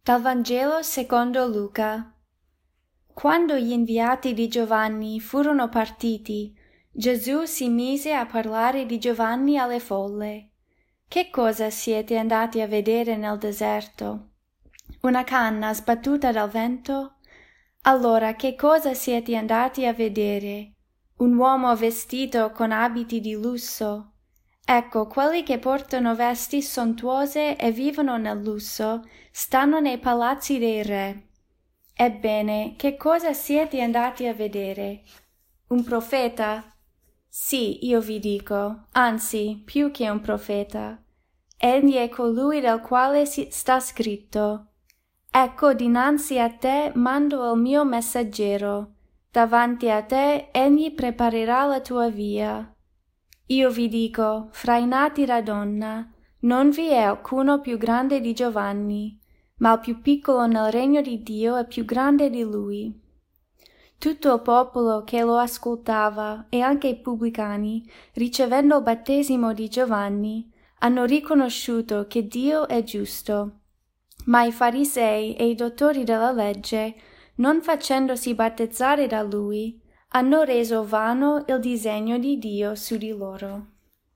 Dal Vangelo secondo Luca. Quando gli inviati di Giovanni furono partiti, Gesù si mise a parlare di Giovanni alle folle. Che cosa siete andati a vedere nel deserto? Una canna sbattuta dal vento? Allora che cosa siete andati a vedere? Un uomo vestito con abiti di lusso? Ecco, quelli che portano vesti sontuose e vivono nel lusso stanno nei palazzi dei re. Ebbene, che cosa siete andati a vedere? Un profeta? Sì, io vi dico, anzi, più che un profeta. Egli è colui del quale sta scritto: Ecco, dinanzi a te mando il mio messaggero, davanti a te egli preparerà la tua via. Io vi dico, fra i nati da donna, non vi è alcuno più grande di Giovanni, ma il più piccolo nel regno di Dio è più grande di lui. Tutto il popolo che lo ascoltava e anche i pubblicani, ricevendo il battesimo di Giovanni, hanno riconosciuto che Dio è giusto. Ma i farisei e i dottori della legge, non facendosi battezzare da lui, hanno reso vano il disegno di Dio su di loro.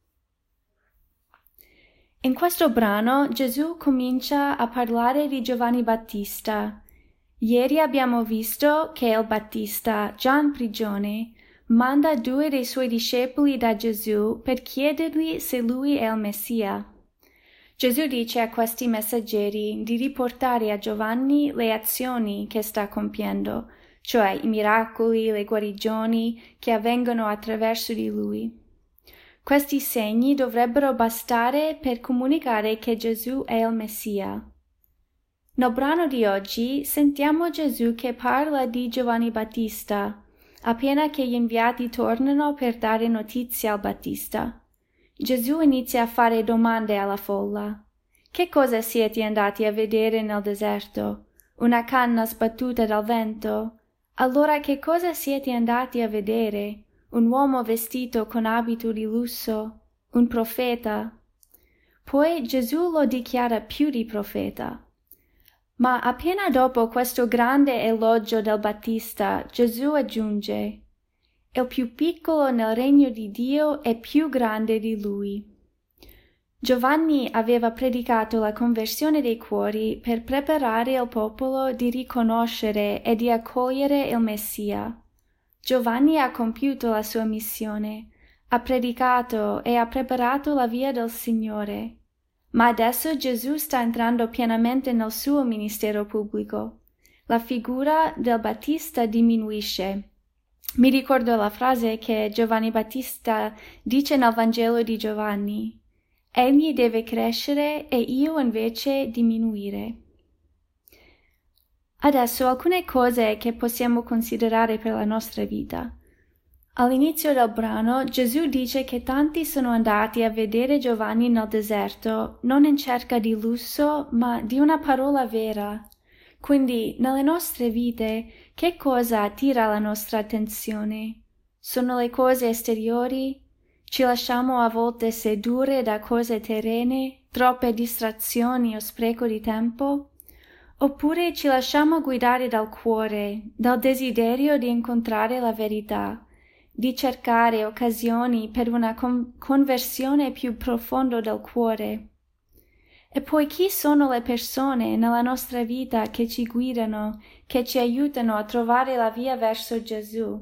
In questo brano Gesù comincia a parlare di Giovanni Battista. Ieri abbiamo visto che il Battista, già in prigione, manda 2 dei suoi discepoli da Gesù per chiedergli se lui è il Messia. Gesù dice a questi messaggeri di riportare a Giovanni le azioni che sta compiendo, cioè i miracoli, le guarigioni che avvengono attraverso di lui. Questi segni dovrebbero bastare per comunicare che Gesù è il Messia. Nel brano di oggi sentiamo Gesù che parla di Giovanni Battista, appena che gli inviati tornano per dare notizia al Battista. Gesù inizia a fare domande alla folla. Che cosa siete andati a vedere nel deserto? Una canna sbattuta dal vento? Allora che cosa siete andati a vedere? Un uomo vestito con abito di lusso? Un profeta? Poi Gesù lo dichiara più di profeta. Ma appena dopo questo grande elogio del Battista, Gesù aggiunge: il più piccolo nel regno di Dio è più grande di lui. Giovanni aveva predicato la conversione dei cuori per preparare il popolo di riconoscere e di accogliere il Messia. Giovanni ha compiuto la sua missione, ha predicato e ha preparato la via del Signore. Ma adesso Gesù sta entrando pienamente nel suo ministero pubblico. La figura del Battista diminuisce. Mi ricordo la frase che Giovanni Battista dice nel Vangelo di Giovanni: Egli deve crescere e io invece diminuire. Adesso alcune cose che possiamo considerare per la nostra vita. All'inizio del brano Gesù dice che tanti sono andati a vedere Giovanni nel deserto, non in cerca di lusso, ma di una parola vera. Quindi, nelle nostre vite, che cosa attira la nostra attenzione? Sono le cose esteriori? Ci lasciamo a volte sedurre da cose terrene, troppe distrazioni o spreco di tempo? Oppure ci lasciamo guidare dal cuore, dal desiderio di incontrare la verità, di cercare occasioni per una conversione più profonda del cuore? E poi chi sono le persone nella nostra vita che ci guidano, che ci aiutano a trovare la via verso Gesù?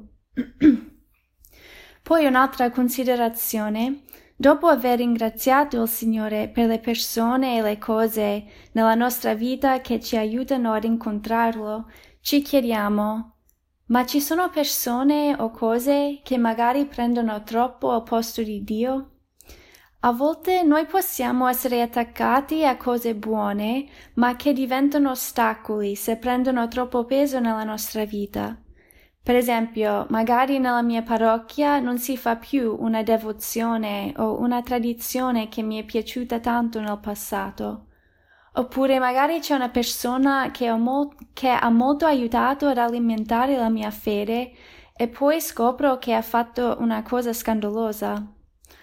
Poi un'altra considerazione: dopo aver ringraziato il Signore per le persone e le cose nella nostra vita che ci aiutano ad incontrarlo, ci chiediamo: ma ci sono persone o cose che magari prendono troppo al posto di Dio? A volte noi possiamo essere attaccati a cose buone, ma che diventano ostacoli se prendono troppo peso nella nostra vita. Per esempio, magari nella mia parrocchia non si fa più una devozione o una tradizione che mi è piaciuta tanto nel passato. Oppure magari c'è una persona che ha molto aiutato ad alimentare la mia fede e poi scopro che ha fatto una cosa scandalosa.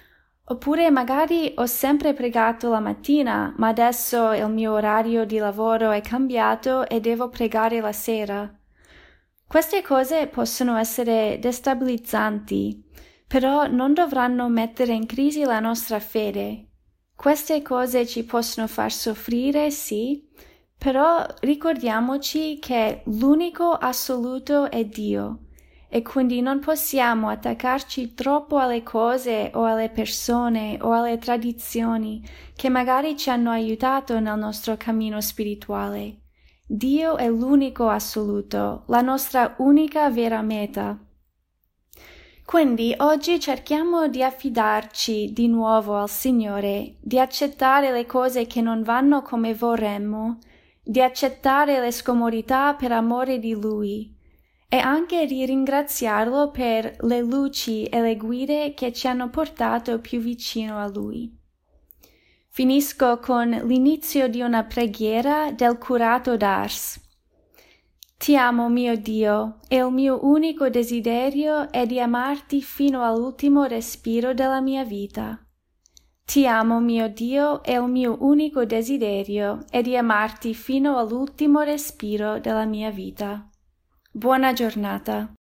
Oppure magari ho sempre pregato la mattina, ma adesso il mio orario di lavoro è cambiato e devo pregare la sera. Queste cose possono essere destabilizzanti, però non dovranno mettere in crisi la nostra fede. Queste cose ci possono far soffrire, sì, però ricordiamoci che l'unico assoluto è Dio. E quindi non possiamo attaccarci troppo alle cose o alle persone o alle tradizioni che magari ci hanno aiutato nel nostro cammino spirituale. Dio è l'unico assoluto, la nostra unica vera meta. Quindi oggi cerchiamo di affidarci di nuovo al Signore, di accettare le cose che non vanno come vorremmo, di accettare le scomodità per amore di Lui, e anche di ringraziarlo per le luci e le guide che ci hanno portato più vicino a Lui. Finisco con l'inizio di una preghiera del curato d'Ars. Ti amo, mio Dio, e il mio unico desiderio è di amarti fino all'ultimo respiro della mia vita. Ti amo, mio Dio, e il mio unico desiderio è di amarti fino all'ultimo respiro della mia vita. Buona giornata.